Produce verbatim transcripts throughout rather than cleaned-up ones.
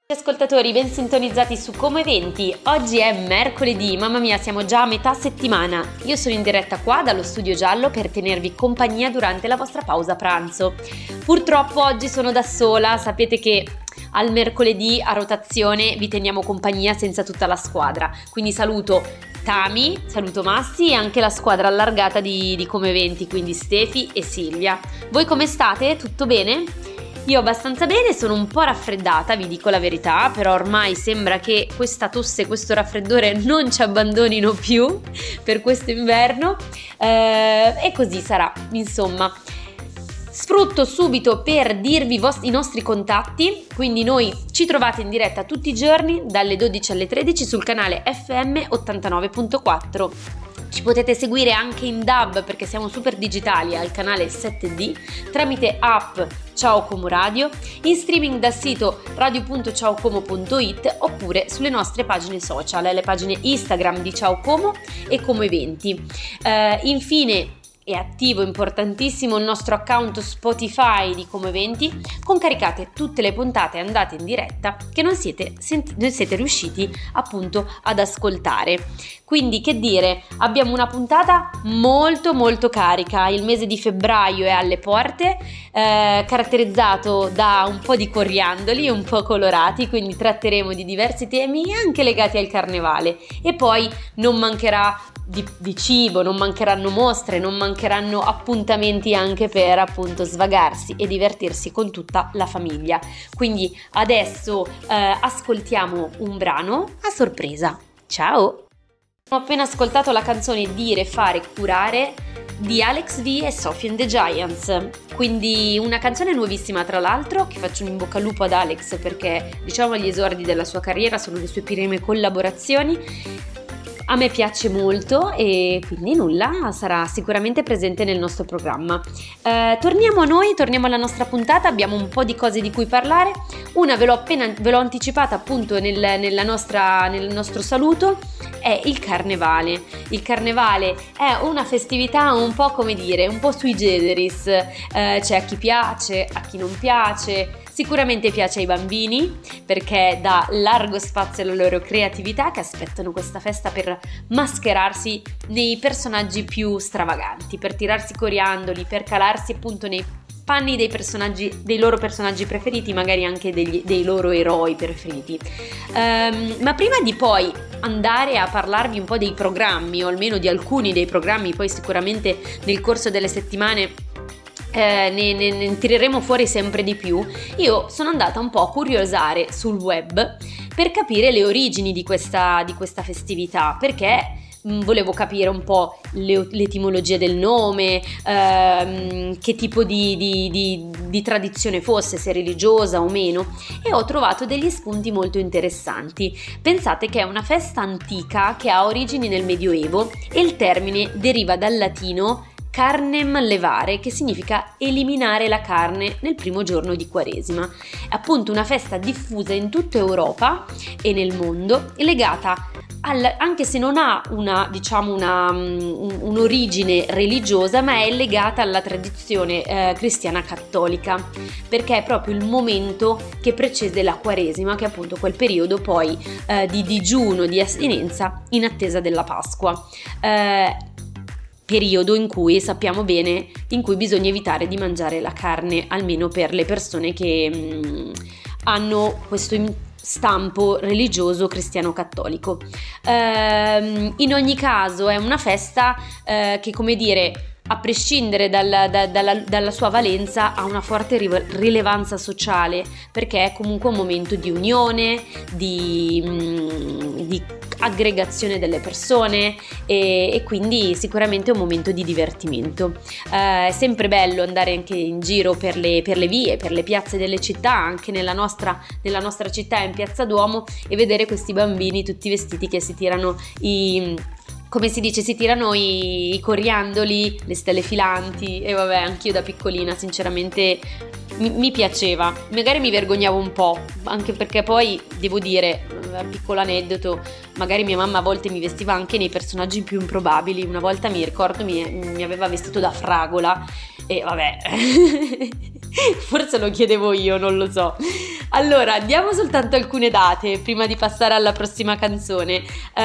Ascoltatori, ben sintonizzati su Como Eventi. Oggi è mercoledì, mamma mia, siamo già a metà settimana. Io sono in diretta qua dallo studio giallo per tenervi compagnia durante la vostra pausa pranzo. Purtroppo oggi sono da sola, sapete che al mercoledì a rotazione vi teniamo compagnia senza tutta la squadra, quindi saluto Tami, saluto Massi e anche la squadra allargata di, di Como Eventi, quindi Stefi e Silvia. Voi come state? Tutto bene? Io abbastanza bene, sono un po' raffreddata, vi dico la verità, però ormai sembra che questa tosse e questo raffreddore non ci abbandonino più per questo inverno eh, e così sarà, insomma. Sfrutto subito per dirvi i, vostri, i nostri contatti, quindi noi ci trovate in diretta tutti i giorni dalle dodici alle tredici sul canale F M ottantanove virgola quattro. Ci potete seguire anche in D A B perché siamo super digitali al canale sette D tramite app Ciao Como Radio, in streaming dal sito radio punto ciao como punto it oppure sulle nostre pagine social, le pagine Instagram di Ciao Como e Como Eventi. Uh, infine è attivo, importantissimo, il nostro account Spotify di Como Eventi, con caricate tutte le puntate andate in diretta che non siete, senti- non siete riusciti appunto ad ascoltare. Quindi che dire, abbiamo una puntata molto molto carica, il mese di febbraio è alle porte, eh, caratterizzato da un po' di coriandoli, un po' colorati, quindi tratteremo di diversi temi anche legati al carnevale e poi non mancherà Di, di cibo, non mancheranno mostre, non mancheranno appuntamenti anche per appunto svagarsi e divertirsi con tutta la famiglia. Quindi adesso eh, ascoltiamo un brano a sorpresa. Ciao! Ho appena ascoltato la canzone Dire, fare, curare di Alex V e Sophie and the Giants, quindi una canzone nuovissima tra l'altro, che faccio un in bocca al lupo ad Alex perché diciamo gli esordi della sua carriera sono le sue prime collaborazioni. A me piace molto e quindi nulla, sarà sicuramente presente nel nostro programma. Eh, torniamo a noi, torniamo alla nostra puntata, abbiamo un po' di cose di cui parlare. Una ve l'ho appena ve l'ho anticipata appunto nel, nella nostra, nel nostro saluto, è il carnevale. Il carnevale è una festività un po' come dire, un po' sui generis, eh, c'è a chi piace, a chi non piace. Sicuramente piace ai bambini perché dà largo spazio alla loro creatività che aspettano questa festa per mascherarsi nei personaggi più stravaganti, per tirarsi coriandoli, per calarsi appunto nei panni dei personaggi, dei loro personaggi preferiti, magari anche degli, dei loro eroi preferiti. Um, ma prima di poi andare a parlarvi un po' dei programmi, o almeno di alcuni dei programmi, poi sicuramente nel corso delle settimane Eh, ne, ne, ne tireremo fuori sempre di più. Io sono andata un po' a curiosare sul web per capire le origini di questa, di questa festività, perché mh, volevo capire un po' le, l'etimologia del nome, ehm, che tipo di, di, di, di tradizione fosse, se religiosa o meno, e ho trovato degli spunti molto interessanti. Pensate che è una festa antica che ha origini nel Medioevo e il termine deriva dal latino carnem levare, che significa eliminare la carne nel primo giorno di Quaresima. È appunto una festa diffusa in tutta Europa e nel mondo, legata al, anche se non ha una, diciamo una, un, un'origine religiosa, ma è legata alla tradizione eh, cristiana cattolica, perché è proprio il momento che precede la Quaresima, che è appunto quel periodo poi eh, di digiuno, di astinenza in attesa della Pasqua. Eh, periodo in cui sappiamo bene in cui bisogna evitare di mangiare la carne, almeno per le persone che mh, hanno questo stampo religioso cristiano cattolico. Ehm, in ogni caso è una festa eh, che, come dire, a prescindere dalla, da, dalla, dalla sua valenza, ha una forte rilevanza sociale, perché è comunque un momento di unione, di, mh, di aggregazione delle persone e, e quindi sicuramente un momento di divertimento. Eh, è sempre bello andare anche in giro per le, per le vie, per le piazze delle città, anche nella nostra, nella nostra città in Piazza Duomo, e vedere questi bambini tutti vestiti che si tirano i... come si dice, si tirano i, i coriandoli, le stelle filanti, e vabbè, anch'io da piccolina sinceramente mi, mi piaceva, magari mi vergognavo un po', anche perché poi devo dire, piccolo aneddoto, magari mia mamma a volte mi vestiva anche nei personaggi più improbabili. Una volta mi ricordo mi, mi aveva vestito da fragola e vabbè, forse lo chiedevo io, non lo so. Allora, diamo soltanto alcune date prima di passare alla prossima canzone.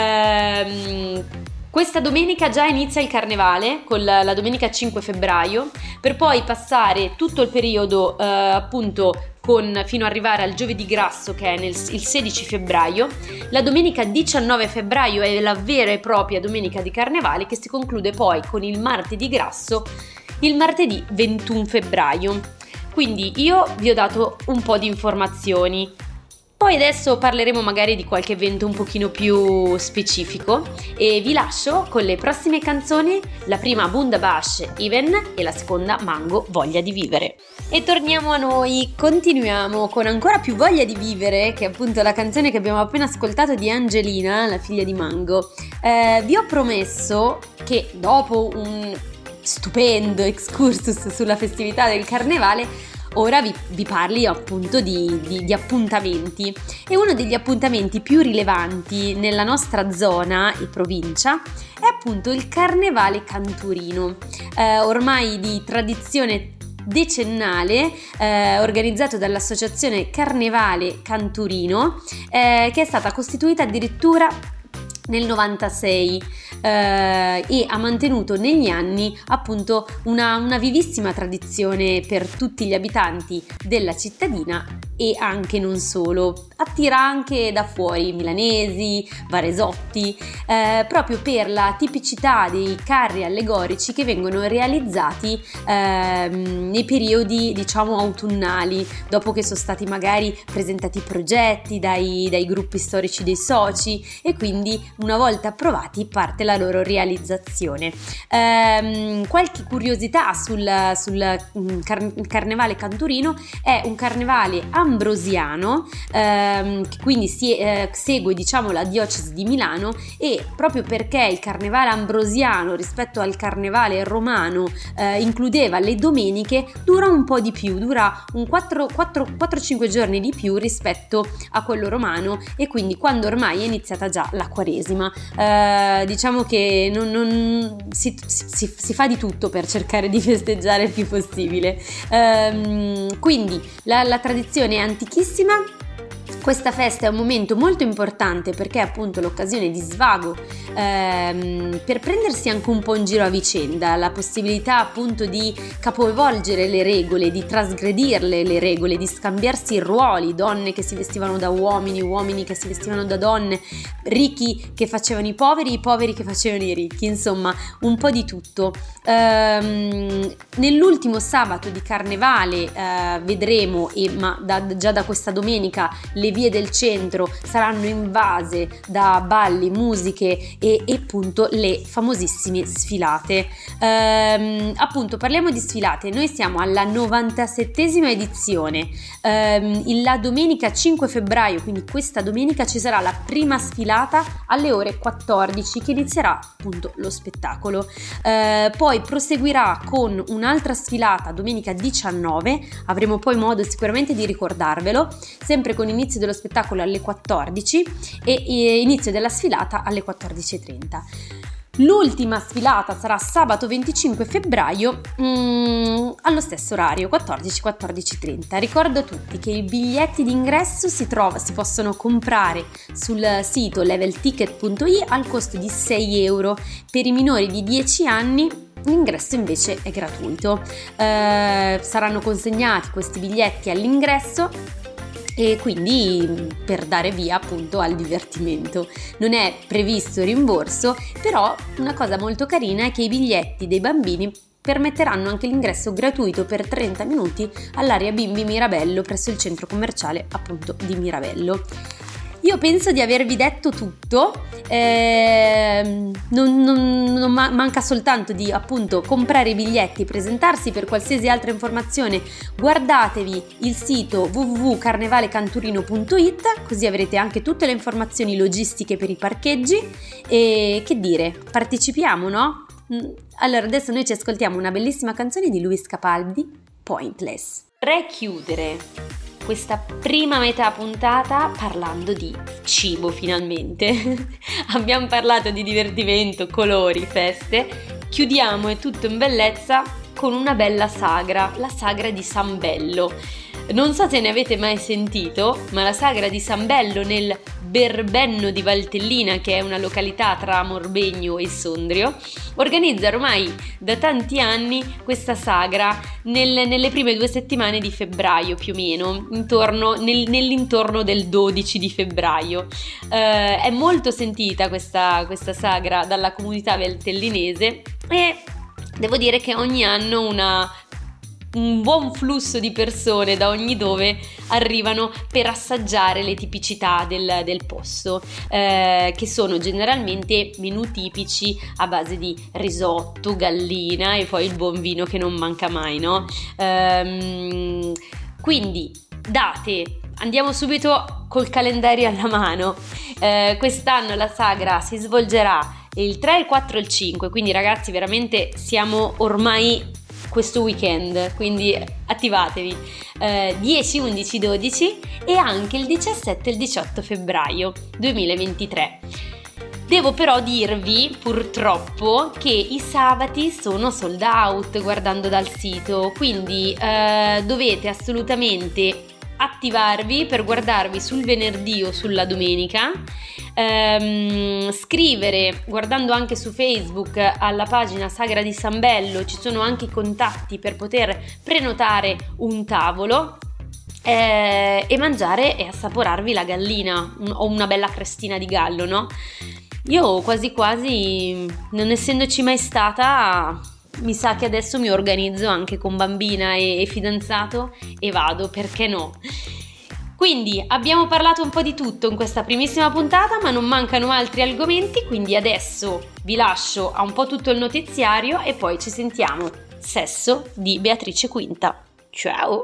Ehm... Questa domenica già inizia il carnevale, con la, la domenica cinque febbraio, per poi passare tutto il periodo eh, appunto con, fino ad arrivare al giovedì grasso, che è nel, il sedici febbraio. La domenica diciannove febbraio è la vera e propria domenica di carnevale, che si conclude poi con il martedì grasso il martedì ventuno febbraio. Quindi io vi ho dato un po' di informazioni. Poi adesso parleremo magari di qualche evento un pochino più specifico e vi lascio con le prossime canzoni, la prima Bundabash Even e la seconda Mango Voglia di Vivere. E torniamo a noi, continuiamo con ancora più Voglia di Vivere, che è appunto la canzone che abbiamo appena ascoltato di Angelina, la figlia di Mango. Eh, vi ho promesso che dopo un stupendo excursus sulla festività del carnevale ora vi, vi parli appunto di, di, di appuntamenti, e uno degli appuntamenti più rilevanti nella nostra zona e provincia è appunto il Carnevale Canturino, eh, ormai di tradizione decennale, eh, organizzato dall'associazione Carnevale Canturino, eh, che è stata costituita addirittura nel novantasei eh, e ha mantenuto negli anni appunto una, una vivissima tradizione per tutti gli abitanti della cittadina e anche non solo. Attira anche da fuori milanesi, varesotti, eh, proprio per la tipicità dei carri allegorici che vengono realizzati eh, nei periodi diciamo autunnali, dopo che sono stati magari presentati progetti dai, dai gruppi storici dei soci, e quindi una volta approvati parte la loro realizzazione. Ehm, qualche curiosità sul, sul car- Carnevale Canturino: è un carnevale ambrosiano, ehm, che quindi si, eh, segue diciamo la diocesi di Milano, e proprio perché il carnevale ambrosiano rispetto al carnevale romano eh, includeva le domeniche, dura un po' di più, dura un quattro cinque giorni di più rispetto a quello romano, e quindi quando ormai è iniziata già la Quaresima. Eh, diciamo che non, non, si, si, si fa di tutto per cercare di festeggiare il più possibile. Eh, quindi la, la tradizione è antichissima. Questa festa è un momento molto importante perché è appunto l'occasione di svago, ehm, per prendersi anche un po' in giro a vicenda, la possibilità appunto di capovolgere le regole, di trasgredirle le regole, di scambiarsi i ruoli, donne che si vestivano da uomini, uomini che si vestivano da donne, ricchi che facevano i poveri, i poveri che facevano i ricchi, insomma un po' di tutto. Ehm, nell'ultimo sabato di carnevale eh, vedremo, e ma da, già da questa domenica, le vie del centro saranno invase da balli, musiche e, e appunto le famosissime sfilate. Ehm, appunto parliamo di sfilate, noi siamo alla novantasettesima edizione. Ehm, la domenica cinque febbraio, quindi questa domenica, ci sarà la prima sfilata alle ore quattordici, che inizierà appunto lo spettacolo. Ehm, poi proseguirà con un'altra sfilata domenica diciannove, avremo poi modo sicuramente di ricordarvelo, sempre con inizio dello spettacolo alle quattordici e, e inizio della sfilata alle quattordici e trenta. L'ultima sfilata sarà sabato venticinque febbraio mm, allo stesso orario, quattordici quattordici e trenta. Ricordo a tutti che i biglietti d'ingresso si, trova, si possono comprare sul sito level ticket punto i al costo di sei euro. Per i minori di dieci anni l'ingresso invece è gratuito. Eh, saranno consegnati questi biglietti all'ingresso, e quindi per dare via appunto al divertimento. Non è previsto rimborso, però una cosa molto carina è che i biglietti dei bambini permetteranno anche l'ingresso gratuito per trenta minuti all'area Bimbi Mirabello presso il centro commerciale appunto di Mirabello. Io penso di avervi detto tutto, eh, non, non, non manca soltanto di appunto comprare i biglietti, presentarsi. Per qualsiasi altra informazione guardatevi il sito w w w punto carnevale canturino punto i t, così avrete anche tutte le informazioni logistiche per i parcheggi. E che dire, partecipiamo, no? Allora adesso noi ci ascoltiamo una bellissima canzone di Lewis Capaldi, Pointless. Vorrei chiudere questa prima metà puntata parlando di cibo, finalmente. Abbiamo parlato di divertimento, colori, feste. Chiudiamo, è tutto in bellezza, con una bella sagra, la sagra di San Bello. Non so se ne avete mai sentito, ma la sagra di San Bello nel Berbenno di Valtellina, che è una località tra Morbegno e Sondrio, organizza ormai da tanti anni questa sagra nel, nelle prime due settimane di febbraio più o meno, intorno, nel, nell'intorno del dodici di febbraio. Eh, è molto sentita questa, questa sagra dalla comunità valtellinese e devo dire che ogni anno una un buon flusso di persone da ogni dove arrivano per assaggiare le tipicità del, del posto, eh, che sono generalmente menù tipici a base di risotto, gallina e poi il buon vino che non manca mai, no? Ehm, quindi date, andiamo subito col calendario alla mano. Eh, quest'anno la sagra si svolgerà il tre, il quattro e il cinque, quindi ragazzi veramente siamo ormai questo weekend, quindi attivatevi, eh, dieci, undici, dodici e anche il diciassette e il diciotto febbraio duemilaventitré. Devo però dirvi purtroppo che i sabati sono sold out guardando dal sito, quindi eh, dovete assolutamente attivarvi per guardarvi sul venerdì o sulla domenica, ehm, scrivere guardando anche su Facebook alla pagina Sagra di San Bello, ci sono anche i contatti per poter prenotare un tavolo eh, e mangiare e assaporarvi la gallina un, o una bella crestina di gallo, no? Io quasi quasi, non essendoci mai stata, mi sa che adesso mi organizzo anche con bambina e, e fidanzato e vado, perché no? Quindi abbiamo parlato un po' di tutto in questa primissima puntata, ma non mancano altri argomenti, quindi adesso vi lascio a un po' tutto il notiziario e poi ci sentiamo. Sesso di Beatrice Quinta. Ciao!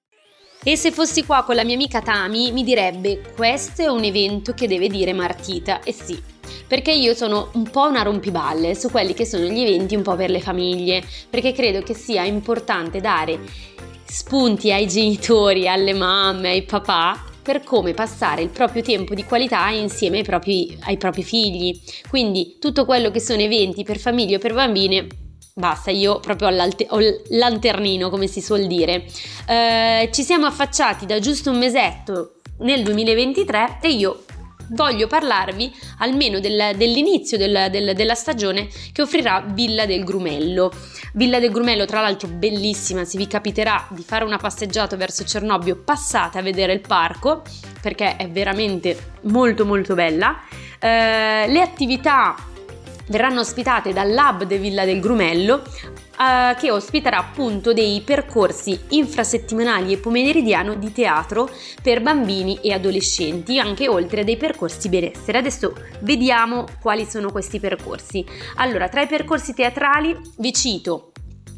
E se fossi qua con la mia amica Tami mi direbbe: questo è un evento che deve dire Martita. E sì, perché io sono un po' una rompiballe su quelli che sono gli eventi un po' per le famiglie, perché credo che sia importante dare spunti ai genitori, alle mamme, ai papà, per come passare il proprio tempo di qualità insieme ai propri, ai propri figli. Quindi tutto quello che sono eventi per famiglie o per bambine, basta, io proprio ho il lanternino, come si suol dire. Eh, ci siamo affacciati da giusto un mesetto nel duemilaventitré e io voglio parlarvi almeno del, dell'inizio del, del, della stagione che offrirà Villa del Grumello. Villa del Grumello, tra l'altro bellissima, se vi capiterà di fare una passeggiata verso Cernobbio passate a vedere il parco perché è veramente molto molto bella. Eh, le attività verranno ospitate dall'Hub de Villa del Grumello, Uh, che ospiterà appunto dei percorsi infrasettimanali e pomeridiano di teatro per bambini e adolescenti, anche oltre a dei percorsi benessere. Adesso vediamo quali sono questi percorsi. Allora, tra i percorsi teatrali vi cito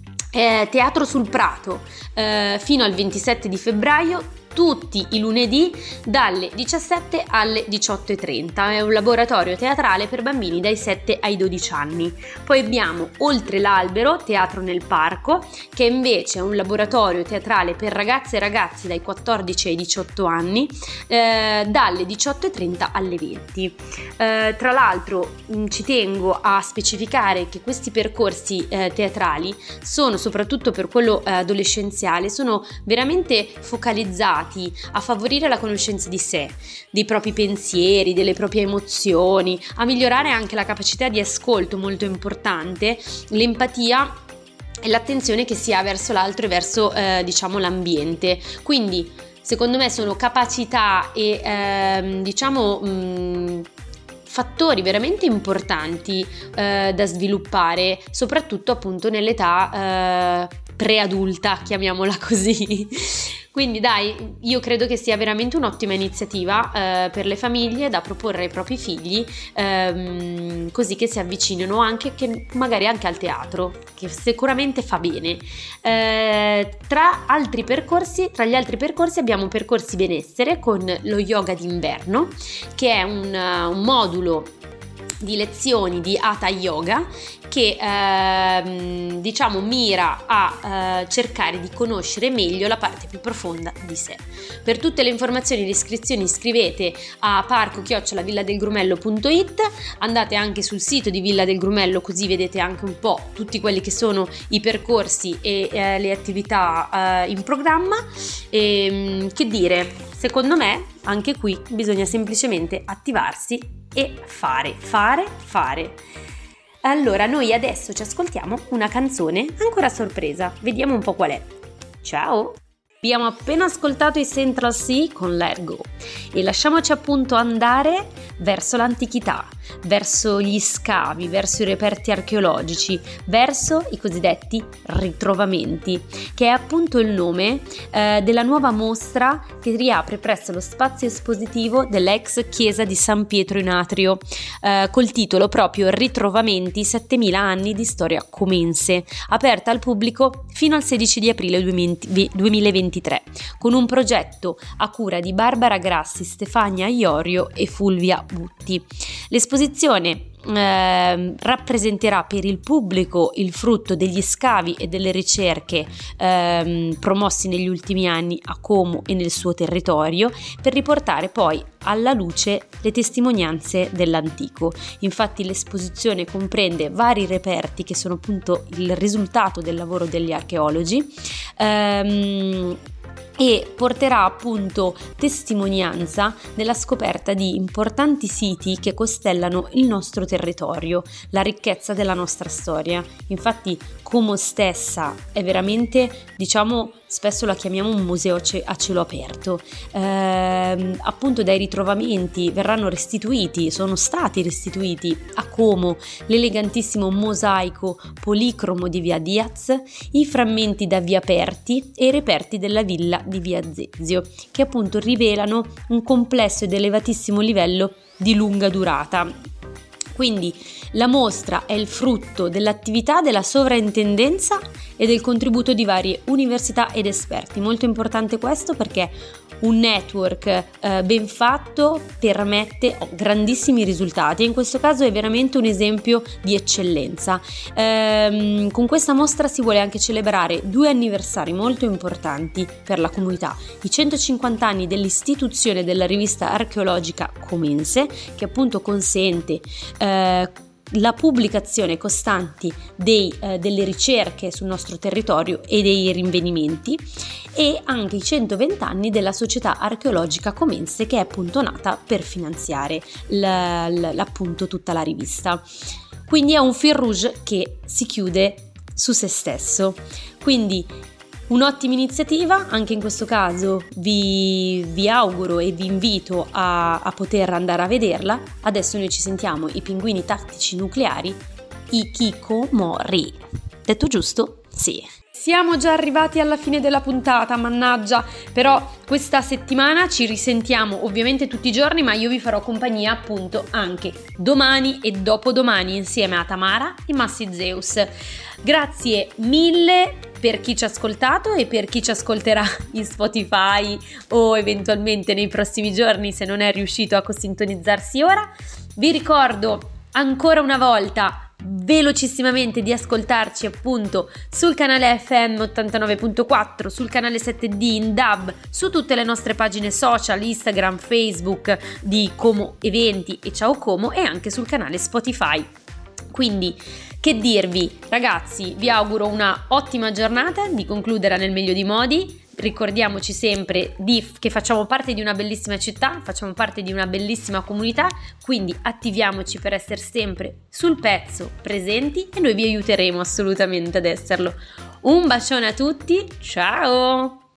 eh, Teatro sul Prato eh, fino al ventisette di febbraio, tutti i lunedì dalle diciassette alle diciotto e trenta. È un laboratorio teatrale per bambini dai sette ai dodici anni. Poi abbiamo Oltre l'Albero, Teatro nel Parco, che invece è un laboratorio teatrale per ragazze e ragazzi dai quattordici ai diciotto anni, eh, dalle diciotto e trenta alle venti. Eh, tra l'altro mh, ci tengo a specificare che questi percorsi eh, teatrali sono, soprattutto per quello eh, adolescenziale, sono veramente focalizzati a favorire la conoscenza di sé, dei propri pensieri, delle proprie emozioni, a migliorare anche la capacità di ascolto, molto importante, l'empatia e l'attenzione che si ha verso l'altro e verso eh, diciamo l'ambiente. Quindi secondo me sono capacità e ehm, diciamo mh, fattori veramente importanti eh, da sviluppare, soprattutto appunto nell'età eh, preadulta, chiamiamola così. Quindi dai, io credo che sia veramente un'ottima iniziativa eh, per le famiglie da proporre ai propri figli, ehm, così che si avvicinino anche, che magari anche al teatro, che sicuramente fa bene. Eh, tra altri percorsi, tra gli altri percorsi abbiamo percorsi benessere con lo yoga d'inverno, che è un, un modulo di lezioni di Hatha Yoga che ehm, diciamo mira a eh, cercare di conoscere meglio la parte più profonda di sé. Per tutte le informazioni e le iscrizioni scrivete a parco chiocciola villadelgrumello punto it, andate anche sul sito di Villa del Grumello, così vedete anche un po' tutti quelli che sono i percorsi e eh, le attività eh, in programma. E, che dire, secondo me anche qui bisogna semplicemente attivarsi e fare, fare, fare. Allora, noi adesso ci ascoltiamo una canzone ancora a sorpresa. Vediamo un po' qual è. Ciao! Abbiamo appena ascoltato i Central Cee con Let Go e lasciamoci appunto andare verso l'antichità, verso gli scavi, verso i reperti archeologici, verso i cosiddetti ritrovamenti, che è appunto il nome eh, della nuova mostra che riapre presso lo spazio espositivo dell'ex chiesa di San Pietro in Atrio, eh, col titolo proprio Ritrovamenti settemila anni di storia comense, aperta al pubblico fino al sedici di aprile duemilaventitré, con un progetto a cura di Barbara Grassi, Stefania Iorio e Fulvia Butti. L'esposizione eh, rappresenterà per il pubblico il frutto degli scavi e delle ricerche eh, promossi negli ultimi anni a Como e nel suo territorio, per riportare poi alla luce le testimonianze dell'antico. Infatti l'esposizione comprende vari reperti che sono appunto il risultato del lavoro degli archeologi ehm, e porterà appunto testimonianza della scoperta di importanti siti che costellano il nostro territorio, la ricchezza della nostra storia. Infatti Como stessa è veramente, diciamo, spesso la chiamiamo un museo a cielo aperto. Eh, appunto dai ritrovamenti verranno restituiti, sono stati restituiti a Como l'elegantissimo mosaico policromo di via Diaz, i frammenti da via Perti e i reperti della villa di via Zezio, che appunto rivelano un complesso ed elevatissimo livello di lunga durata. Quindi la mostra è il frutto dell'attività della sovrintendenza e del contributo di varie università ed esperti. Molto importante questo, perché un network eh, ben fatto permette oh, grandissimi risultati, e in questo caso è veramente un esempio di eccellenza. Ehm, con questa mostra si vuole anche celebrare due anniversari molto importanti per la comunità: i centocinquanta anni dell'istituzione della rivista archeologica comense, che appunto consente eh, la pubblicazione costanti dei, eh, delle ricerche sul nostro territorio e dei rinvenimenti, e anche i centoventi anni della Società Archeologica Comense, che è appunto nata per finanziare l- l- appunto tutta la rivista. Quindi è un fil rouge che si chiude su se stesso. Quindi un'ottima iniziativa, anche in questo caso vi, vi auguro e vi invito a, a poter andare a vederla. Adesso noi ci sentiamo i Pinguini Tattici Nucleari, i Kikomori. Detto giusto? Sì. Siamo già arrivati alla fine della puntata, mannaggia, però questa settimana ci risentiamo ovviamente tutti i giorni, ma io vi farò compagnia appunto anche domani e dopodomani insieme a Tamara e Massi Zeus. Grazie mille per chi ci ha ascoltato e per chi ci ascolterà in Spotify o eventualmente nei prossimi giorni, se non è riuscito a sintonizzarsi ora. Vi ricordo ancora una volta velocissimamente di ascoltarci appunto sul canale F M ottantanove virgola quattro, sul canale sette D in D A B, su tutte le nostre pagine social, Instagram, Facebook di Como Eventi e Ciao Como, e anche sul canale Spotify. Quindi che dirvi, ragazzi, vi auguro una ottima giornata, di concluderla nel meglio dei modi. Ricordiamoci sempre di, che facciamo parte di una bellissima città, facciamo parte di una bellissima comunità, quindi attiviamoci per essere sempre sul pezzo, presenti, e noi vi aiuteremo assolutamente ad esserlo. Un bacione a tutti, ciao!